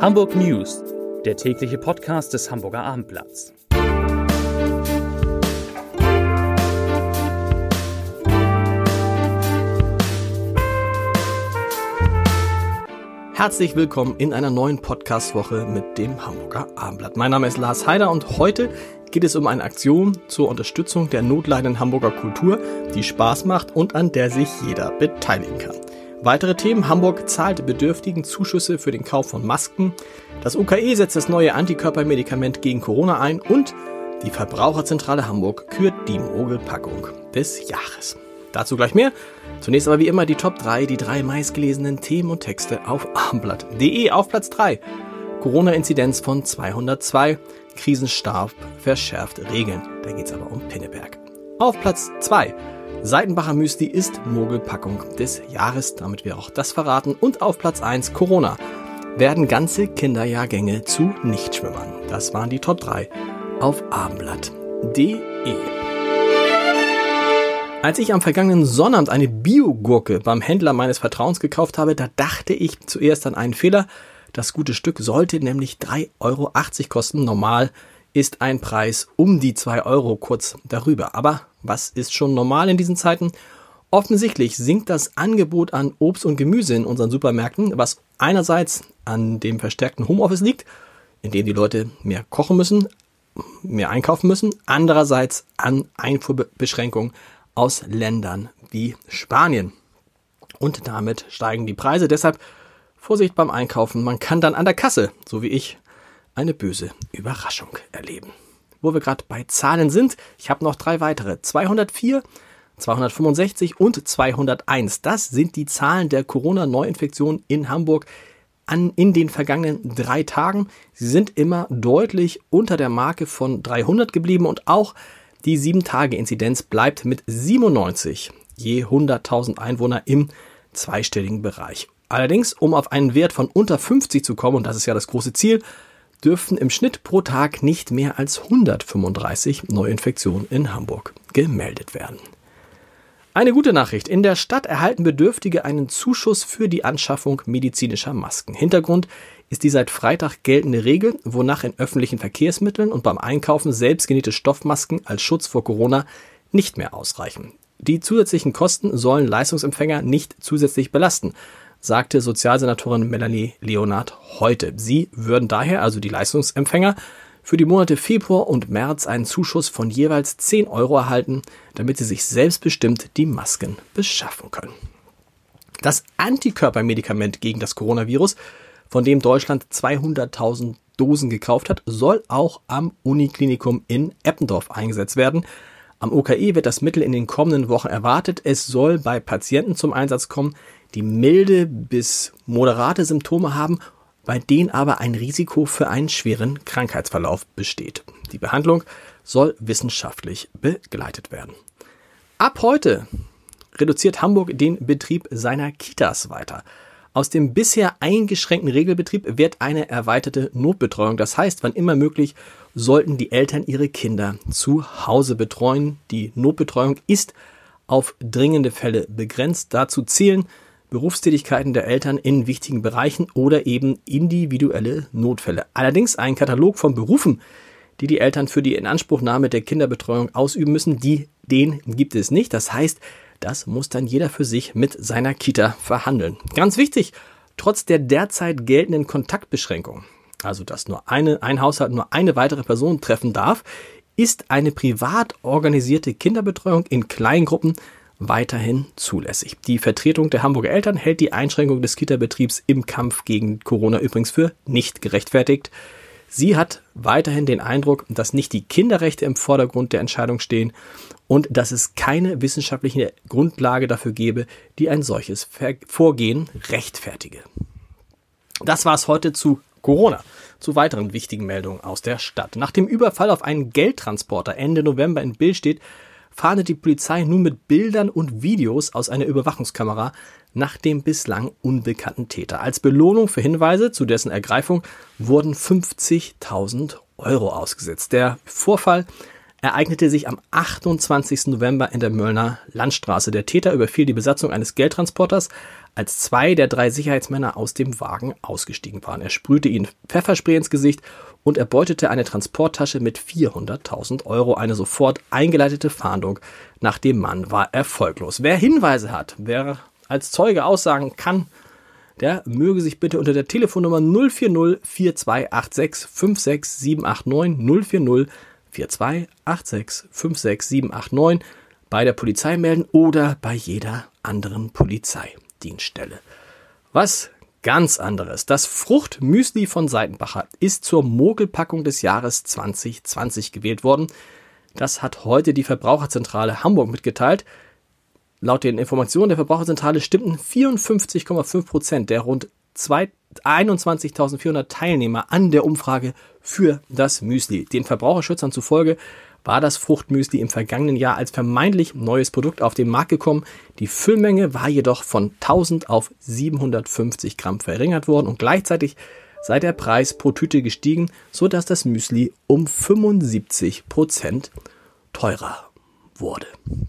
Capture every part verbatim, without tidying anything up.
Hamburg News, der tägliche Podcast des Hamburger Abendblatts. Herzlich willkommen in einer neuen Podcast-Woche mit dem Hamburger Abendblatt. Mein Name ist Lars Heider und heute geht es um eine Aktion zur Unterstützung der notleidenden Hamburger Kultur, die Spaß macht und an der sich jeder beteiligen kann. Weitere Themen: Hamburg zahlt Bedürftigen Zuschüsse für den Kauf von Masken, das U K E setzt das neue Antikörpermedikament gegen Corona ein und die Verbraucherzentrale Hamburg kürt die Mogelpackung des Jahres. Dazu gleich mehr. Zunächst aber wie immer die Top drei, die drei meistgelesenen Themen und Texte auf abendblatt punkt de. Auf Platz drei. Corona-Inzidenz von zweihundertzwei. Krisenstab verschärft Regeln. Da geht's aber um Pinneberg. Auf Platz zwei. Seitenbacher Müsli ist Mogelpackung des Jahres. Damit wäre auch das verraten. Und auf Platz eins. Corona. Werden ganze Kinderjahrgänge zu Nichtschwimmern. Das waren die Top drei auf abendblatt punkt de. Als ich am vergangenen Sonnabend eine Bio-Gurke beim Händler meines Vertrauens gekauft habe, da dachte ich zuerst an einen Fehler. Das gute Stück sollte nämlich drei Euro achtzig kosten. Normal ist ein Preis um die zwei Euro, kurz darüber. Aber was ist schon normal in diesen Zeiten? Offensichtlich sinkt das Angebot an Obst und Gemüse in unseren Supermärkten, was einerseits an dem verstärkten Homeoffice liegt, in dem die Leute mehr kochen müssen, mehr einkaufen müssen, andererseits an Einfuhrbeschränkungen aus Ländern wie Spanien. Und damit steigen die Preise. Deshalb Vorsicht beim Einkaufen. Man kann dann an der Kasse, so wie ich, eine böse Überraschung erleben. Wo wir gerade bei Zahlen sind, ich habe noch drei weitere. zweihundertvier, zweihundertfünfundsechzig und zweihunderteins. Das sind die Zahlen der Corona-Neuinfektionen in Hamburg an, in den vergangenen drei Tagen. Sie sind immer deutlich unter der Marke von dreihundert geblieben und auch die sieben Tage Inzidenz bleibt mit siebenundneunzig je hunderttausend Einwohner im zweistelligen Bereich. Allerdings, um auf einen Wert von unter fünfzig zu kommen, und das ist ja das große Ziel, dürften im Schnitt pro Tag nicht mehr als hundertfünfunddreißig Neuinfektionen in Hamburg gemeldet werden. Eine gute Nachricht: In der Stadt erhalten Bedürftige einen Zuschuss für die Anschaffung medizinischer Masken. Hintergrund ist die seit Freitag geltende Regel, wonach in öffentlichen Verkehrsmitteln und beim Einkaufen selbstgenähte Stoffmasken als Schutz vor Corona nicht mehr ausreichen. Die zusätzlichen Kosten sollen Leistungsempfänger nicht zusätzlich belasten, sagte Sozialsenatorin Melanie Leonard heute. Sie würden daher, also die Leistungsempfänger, für die Monate Februar und März einen Zuschuss von jeweils zehn Euro erhalten, damit sie sich selbstbestimmt die Masken beschaffen können. Das Antikörpermedikament gegen das Coronavirus, von dem Deutschland zweihunderttausend Dosen gekauft hat, soll auch am Uniklinikum in Eppendorf eingesetzt werden. Am U K E wird das Mittel in den kommenden Wochen erwartet. Es soll bei Patienten zum Einsatz kommen, die milde bis moderate Symptome haben, bei denen aber ein Risiko für einen schweren Krankheitsverlauf besteht. Die Behandlung soll wissenschaftlich begleitet werden. Ab heute reduziert Hamburg den Betrieb seiner Kitas weiter. Aus dem bisher eingeschränkten Regelbetrieb wird eine erweiterte Notbetreuung. Das heißt, wann immer möglich, sollten die Eltern ihre Kinder zu Hause betreuen. Die Notbetreuung ist auf dringende Fälle begrenzt. Dazu zählen Berufstätigkeiten der Eltern in wichtigen Bereichen oder eben individuelle Notfälle. Allerdings ein Katalog von Berufen, die die Eltern für die Inanspruchnahme der Kinderbetreuung ausüben müssen, die, den gibt es nicht. Das heißt, das muss dann jeder für sich mit seiner Kita verhandeln. Ganz wichtig, trotz der derzeit geltenden Kontaktbeschränkung, also dass nur eine, ein Haushalt nur eine weitere Person treffen darf, ist eine privat organisierte Kinderbetreuung in Kleingruppen weiterhin zulässig. Die Vertretung der Hamburger Eltern hält die Einschränkung des Kita-Betriebs im Kampf gegen Corona übrigens für nicht gerechtfertigt. Sie hat weiterhin den Eindruck, dass nicht die Kinderrechte im Vordergrund der Entscheidung stehen und dass es keine wissenschaftliche Grundlage dafür gäbe, die ein solches Vorgehen rechtfertige. Das war es heute zu Corona. Zu weiteren wichtigen Meldungen aus der Stadt. Nach dem Überfall auf einen Geldtransporter Ende November in Billstedt fahndet die Polizei nun mit Bildern und Videos aus einer Überwachungskamera nach dem bislang unbekannten Täter. Als Belohnung für Hinweise zu dessen Ergreifung wurden fünfzigtausend Euro ausgesetzt. Der Vorfall ereignete sich am achtundzwanzigsten November in der Möllner Landstraße. Der Täter überfiel die Besatzung eines Geldtransporters, als zwei der drei Sicherheitsmänner aus dem Wagen ausgestiegen waren. Er sprühte ihnen Pfefferspray ins Gesicht und erbeutete eine Transporttasche mit vierhunderttausend Euro. Eine sofort eingeleitete Fahndung nach dem Mann war erfolglos. Wer Hinweise hat, wer als Zeuge aussagen kann, der möge sich bitte unter der Telefonnummer null vier null vier zwei acht sechs fünf sechs sieben acht neun null vier null vier zwei acht sechs fünf sechs sieben acht neun bei der Polizei melden oder bei jeder anderen Polizeidienststelle. Was ganz anderes. Das Fruchtmüsli von Seitenbacher ist zur Mogelpackung des Jahres zwanzig zwanzig gewählt worden. Das hat heute die Verbraucherzentrale Hamburg mitgeteilt. Laut den Informationen der Verbraucherzentrale stimmten vierundfünfzig Komma fünf Prozent der rund einundzwanzigtausendvierhundert Teilnehmer an der Umfrage für das Müsli. Den Verbraucherschützern zufolge war das Fruchtmüsli im vergangenen Jahr als vermeintlich neues Produkt auf den Markt gekommen. Die Füllmenge war jedoch von tausend auf siebenhundertfünfzig Gramm verringert worden und gleichzeitig sei der Preis pro Tüte gestiegen, sodass das Müsli um fünfundsiebzig Prozent teurer wurde.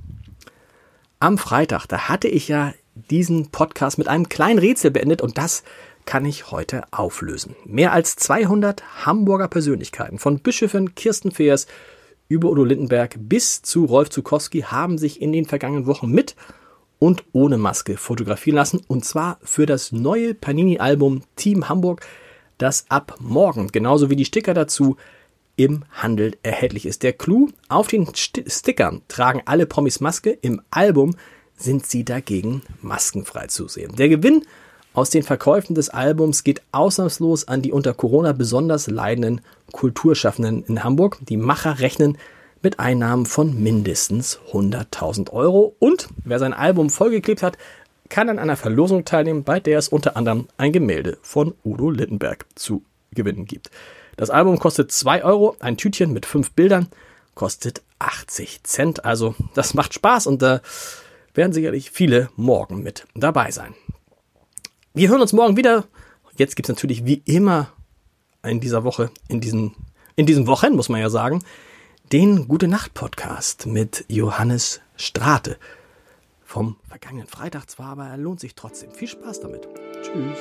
Am Freitag, da hatte ich ja diesen Podcast mit einem kleinen Rätsel beendet und das kann ich heute auflösen. Mehr als zweihundert Hamburger Persönlichkeiten, von Bischöfin Kirsten Feers über Udo Lindenberg bis zu Rolf Zuckowski, haben sich in den vergangenen Wochen mit und ohne Maske fotografieren lassen. Und zwar für das neue Panini-Album Team Hamburg, das ab morgen, genauso wie die Sticker dazu, im Handel erhältlich ist. Der Clou: auf den St- Stickern tragen alle Promis Maske, im Album sind sie dagegen maskenfrei zu sehen. Der Gewinn aus den Verkäufen des Albums geht ausnahmslos an die unter Corona besonders leidenden Kulturschaffenden in Hamburg. Die Macher rechnen mit Einnahmen von mindestens hunderttausend Euro. Und wer sein Album vollgeklebt hat, kann an einer Verlosung teilnehmen, bei der es unter anderem ein Gemälde von Udo Lindenberg zu gewinnen gibt. Das Album kostet zwei Euro, ein Tütchen mit fünf Bildern kostet achtzig Cent. Also das macht Spaß und da werden sicherlich viele morgen mit dabei sein. Wir hören uns morgen wieder. Jetzt gibt es natürlich wie immer in dieser Woche, in diesen, in diesen Wochen, muss man ja sagen, den Gute-Nacht-Podcast mit Johannes Strate. Vom vergangenen Freitag zwar, aber er lohnt sich trotzdem. Viel Spaß damit. Tschüss.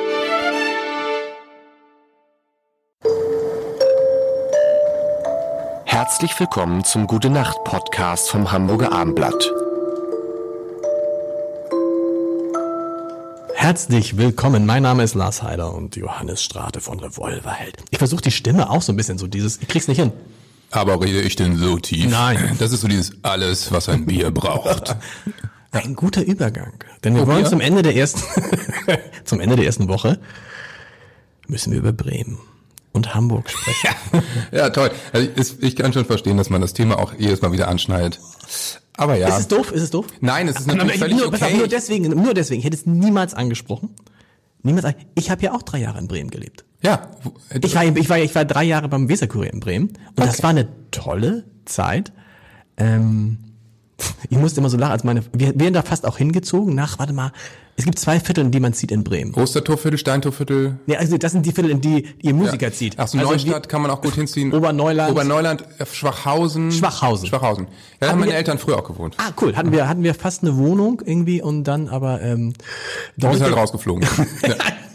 Herzlich willkommen zum Gute-Nacht-Podcast vom Hamburger Abendblatt. Herzlich willkommen, mein Name ist Lars Heider und Johannes Strate von Revolverheld. Ich versuche die Stimme auch so ein bisschen so dieses, ich krieg's nicht hin. Aber rede ich denn so tief? Nein. Das ist so dieses alles, was ein Bier braucht. Ein guter Übergang, denn wir Oh, wollen Bier? zum Ende der ersten, zum Ende der ersten Woche müssen wir über Bremen und Hamburg sprechen. Ja, toll. Also ich, ich kann schon verstehen, dass man das Thema auch jedes Mal wieder anschneidet. Aber ja. Ist es doof? Ist es doof? Nein, es ist Aber natürlich ich- völlig nur, pass auf, okay. nur deswegen, nur deswegen. Ich hätte es niemals angesprochen. Niemals. an- Ich habe ja auch drei Jahre in Bremen gelebt. Ja. Ich war, ich war, ich war drei Jahre beim Weserkurier in Bremen und das war eine tolle Zeit. Ähm, ich musste immer so lachen, als meine, wir wären da fast auch hingezogen nach, warte mal, es gibt zwei Viertel, in die man zieht in Bremen. Ostertorviertel, Steintorviertel. Nee, also das sind die Viertel, in die ihr Musiker Ja. zieht. Ach so, also Neustadt kann man auch gut hinziehen. Oberneuland. Oberneuland, äh, Schwachhausen. Schwachhausen. Schwachhausen. Ja, da Hatten haben meine wir- Eltern früher auch gewohnt. Ah, cool. Hatten wir, hatten wir fast eine Wohnung irgendwie und dann aber, ähm, Du bist halt deutete- rausgeflogen. Ja.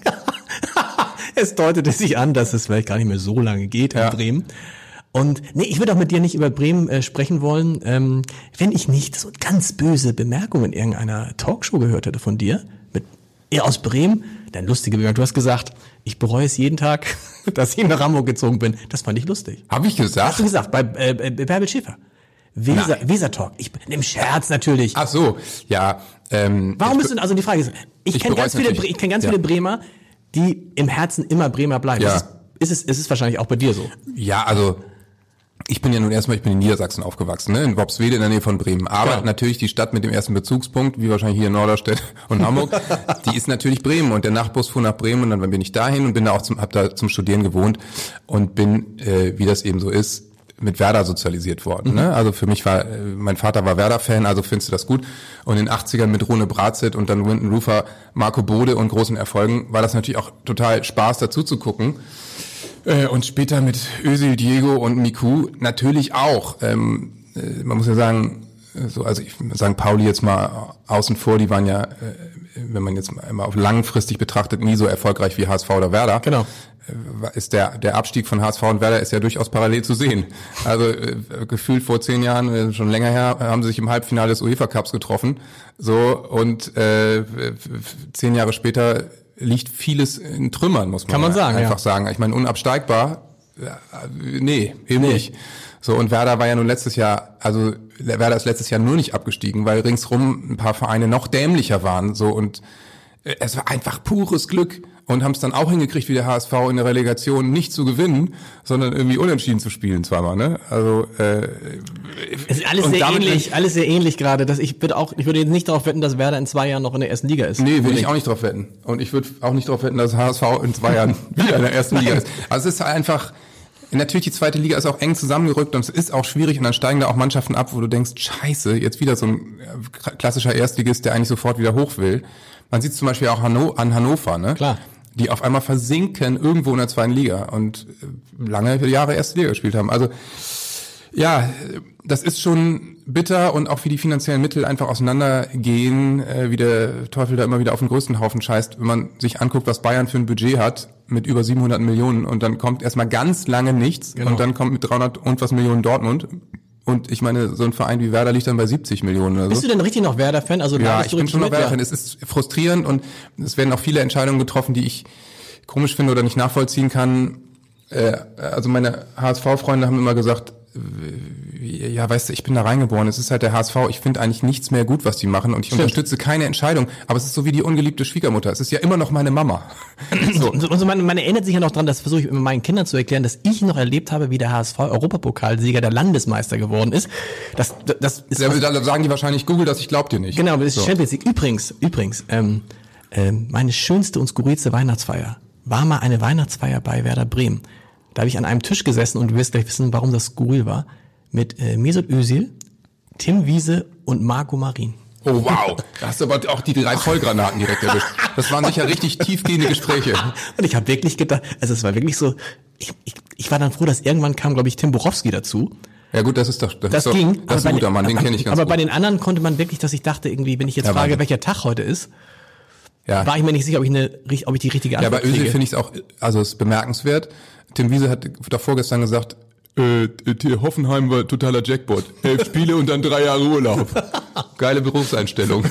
es deutete sich an, dass es vielleicht gar nicht mehr so lange geht in Ja. Bremen. Und nee, ich würde auch mit dir nicht über Bremen äh, sprechen wollen, ähm, wenn ich nicht so ganz böse Bemerkungen in irgendeiner Talkshow gehört hätte von dir, mit eher aus Bremen. Dein lustige Bemerkung, du hast gesagt, ich bereue es jeden Tag, dass ich nach Hamburg gezogen bin. Das fand ich lustig. Hab ich Hast du gesagt? gesagt, bei äh, äh, Bärbel Schäfer. Weser, Weser Talk. Ich bin im Scherz natürlich. Ach so, ja. Ähm, Warum ich- bist du, also die Frage ist, ich, Ich kenne bereu's ganz viele, natürlich. Bre- ich kenn ganz Ja. viele Bremer, die im Herzen immer Bremer bleiben. Ja. Ist, es, ist, es, ist es wahrscheinlich auch bei dir so. Ja, also ich bin ja nun erstmal, ich bin in Niedersachsen aufgewachsen, ne? In Worpswede in der Nähe von Bremen. Aber Ja. natürlich die Stadt mit dem ersten Bezugspunkt, wie wahrscheinlich hier in Norderstedt und Hamburg, die ist natürlich Bremen. Und der Nachtbus fuhr nach Bremen und dann bin ich dahin und bin da auch zum, hab da zum Studieren gewohnt und bin, äh, wie das eben so ist, mit Werder sozialisiert worden. Mhm. Ne? Also für mich war, äh, mein Vater war Werder-Fan, also findest du das gut. Und in den achtzigern mit Rune Bratzett und dann Winton Rufer, Marco Bode und großen Erfolgen war das natürlich auch total Spaß dazu zu gucken. Äh, und später mit Özil, Diego und Miku natürlich auch. Ähm, äh, man muss ja sagen, so, also ich Sankt Pauli jetzt mal außen vor, die waren ja, äh, wenn man jetzt mal auf langfristig betrachtet, nie so erfolgreich wie H S V oder Werder. Genau. Ist der der Abstieg von H S V und Werder ist ja durchaus parallel zu sehen. Also äh, gefühlt vor zehn Jahren, äh, schon länger her, haben sie sich im Halbfinale des UEFA Cups getroffen. So und äh, zehn Jahre später liegt vieles in Trümmern, muss man, Kann man sagen, einfach ja. sagen. Ich meine, unabsteigbar, äh, nee, eben Nee. nicht. So, und Werder war ja nun letztes Jahr, also Werder ist letztes Jahr nur nicht abgestiegen, weil ringsrum ein paar Vereine noch dämlicher waren. So und äh, es war einfach pures Glück. Und haben es dann auch hingekriegt, wie der H S V in der Relegation nicht zu gewinnen, sondern irgendwie unentschieden zu spielen zweimal, ne? Also äh, Es ist alles und sehr damit- ähnlich, alles sehr ähnlich gerade. Dass ich würde auch, ich würde jetzt nicht darauf wetten, dass Werder in zwei Jahren noch in der ersten Liga ist. Nee, würde ich auch nicht drauf wetten. Und ich würde auch nicht drauf wetten, dass H S V in zwei Jahren wieder in der ersten Liga ist. Also es ist einfach, natürlich die zweite Liga ist auch eng zusammengerückt und es ist auch schwierig und dann steigen da auch Mannschaften ab, wo du denkst, scheiße, jetzt wieder so ein klassischer Erstligist, der eigentlich sofort wieder hoch will. Man sieht es zum Beispiel auch Hanno- an Hannover, ne? Klar. Die auf einmal versinken irgendwo in der zweiten Liga und lange Jahre erste Liga gespielt haben. Also ja, das ist schon bitter und auch wie die finanziellen Mittel einfach auseinandergehen, äh, wie der Teufel da immer wieder auf den größten Haufen scheißt, wenn man sich anguckt, was Bayern für ein Budget hat mit über siebenhundert Millionen und dann kommt erstmal ganz lange nichts Genau. und dann kommt mit dreihundert und was Millionen Dortmund und ich meine, so ein Verein wie Werder liegt dann bei siebzig Millionen oder so. Bist du denn richtig noch Werder-Fan? Also Ja, leidest ich du bin richtig schon noch mit? Werder-Fan. Ja. Es ist frustrierend und es werden auch viele Entscheidungen getroffen, die ich komisch finde oder nicht nachvollziehen kann. Äh, also meine H S V-Freunde haben immer gesagt, äh, ja, weißt du, ich bin da reingeboren. Es ist halt der H S V. Ich finde eigentlich nichts mehr gut, was die machen und ich Stimmt. unterstütze keine Entscheidung. Aber es ist so wie die ungeliebte Schwiegermutter. Es ist ja immer noch meine Mama. So. Und so, und so man, man erinnert sich ja noch dran, das versuche ich immer meinen Kindern zu erklären, dass ich noch erlebt habe, wie der H S V Europapokalsieger, der Landesmeister geworden ist. Das, das ist Ja, was- da sagen die wahrscheinlich, Google das, ich glaub dir nicht. Genau, aber das ist So. Champions League. Übrigens, übrigens, ähm, ähm, meine schönste und skurrilste Weihnachtsfeier war mal eine Weihnachtsfeier bei Werder Bremen. Da habe ich an einem Tisch gesessen und du wirst gleich wissen, warum das skurril war, mit äh, Mesut Özil, Tim Wiese und Marco Marin. Oh wow, da hast du aber auch die drei Vollgranaten direkt erwischt. Das waren sicher richtig tiefgehende Gespräche. Und ich habe wirklich gedacht, also es war wirklich so, ich, ich, ich war dann froh, dass irgendwann kam, glaube ich, Tim Borowski dazu. Ja gut, das ist doch, das, Das ist doch, ging. das ist aber ein guter bei- Mann, den kenne ich ganz Aber gut. bei den anderen konnte man wirklich, dass ich dachte, irgendwie, wenn ich jetzt Ja, frage, Wahnsinn. welcher Tag heute ist, Ja. war ich mir nicht sicher, ob ich eine, ob ich die richtige Ja, Antwort bei Özil kriege. finde ich es auch, also es ist bemerkenswert. Tim Wiese hat doch vorgestern gesagt, äh, die Hoffenheim war totaler Jackpot. Elf Spiele und dann drei Jahre Urlaub. Geile Berufseinstellung.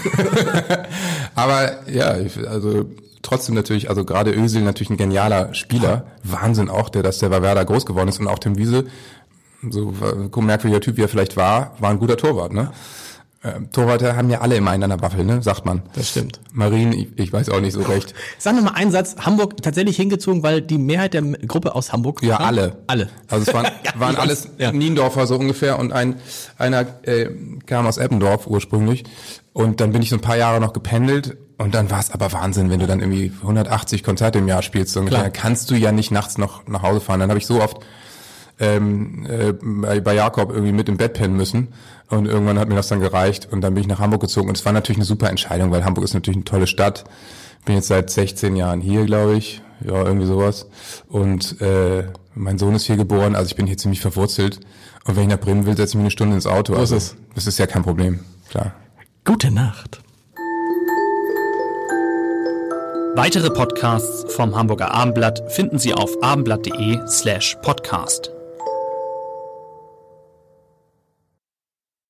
Aber ja, ich- also trotzdem natürlich, also gerade Özil natürlich ein genialer Spieler. Wahnsinn auch, der, dass der bei Werder groß geworden ist und auch Tim Wiese, so äh, merkwürdiger Typ wie er vielleicht war, war ein guter Torwart, ne? Ähm, Torwarte haben ja alle immer einen an der Waffel, ne? Sagt man. Das stimmt. Marin, ich, ich weiß auch nicht so recht. Sag noch mal einen Satz. Hamburg tatsächlich hingezogen, weil die Mehrheit der Gruppe aus Hamburg Ja, kam? alle. Alle. Also es waren, Ja, waren ich alles weiß. Ja. Niendorfer so ungefähr und ein einer äh, kam aus Eppendorf ursprünglich und dann bin ich so ein paar Jahre noch gependelt und dann war es aber Wahnsinn, wenn du dann irgendwie hundertachtzig Konzerte im Jahr spielst, so ungefähr, Klar. dann kannst du ja nicht nachts noch nach Hause fahren. Dann habe ich so oft ähm, äh, bei, bei Jakob irgendwie mit im Bett pennen müssen und irgendwann hat mir das dann gereicht und dann bin ich nach Hamburg gezogen und es war natürlich eine super Entscheidung, weil Hamburg ist natürlich eine tolle Stadt. Bin jetzt seit sechzehn Jahren hier, glaube ich, ja, irgendwie sowas und äh, mein Sohn ist hier geboren, also ich bin hier ziemlich verwurzelt und wenn ich nach Bremen will, setze ich mich eine Stunde ins Auto. So ist Also es. das ist ja kein Problem, klar. Gute Nacht. Weitere Podcasts vom Hamburger Abendblatt finden Sie auf abendblatt.de slash podcast.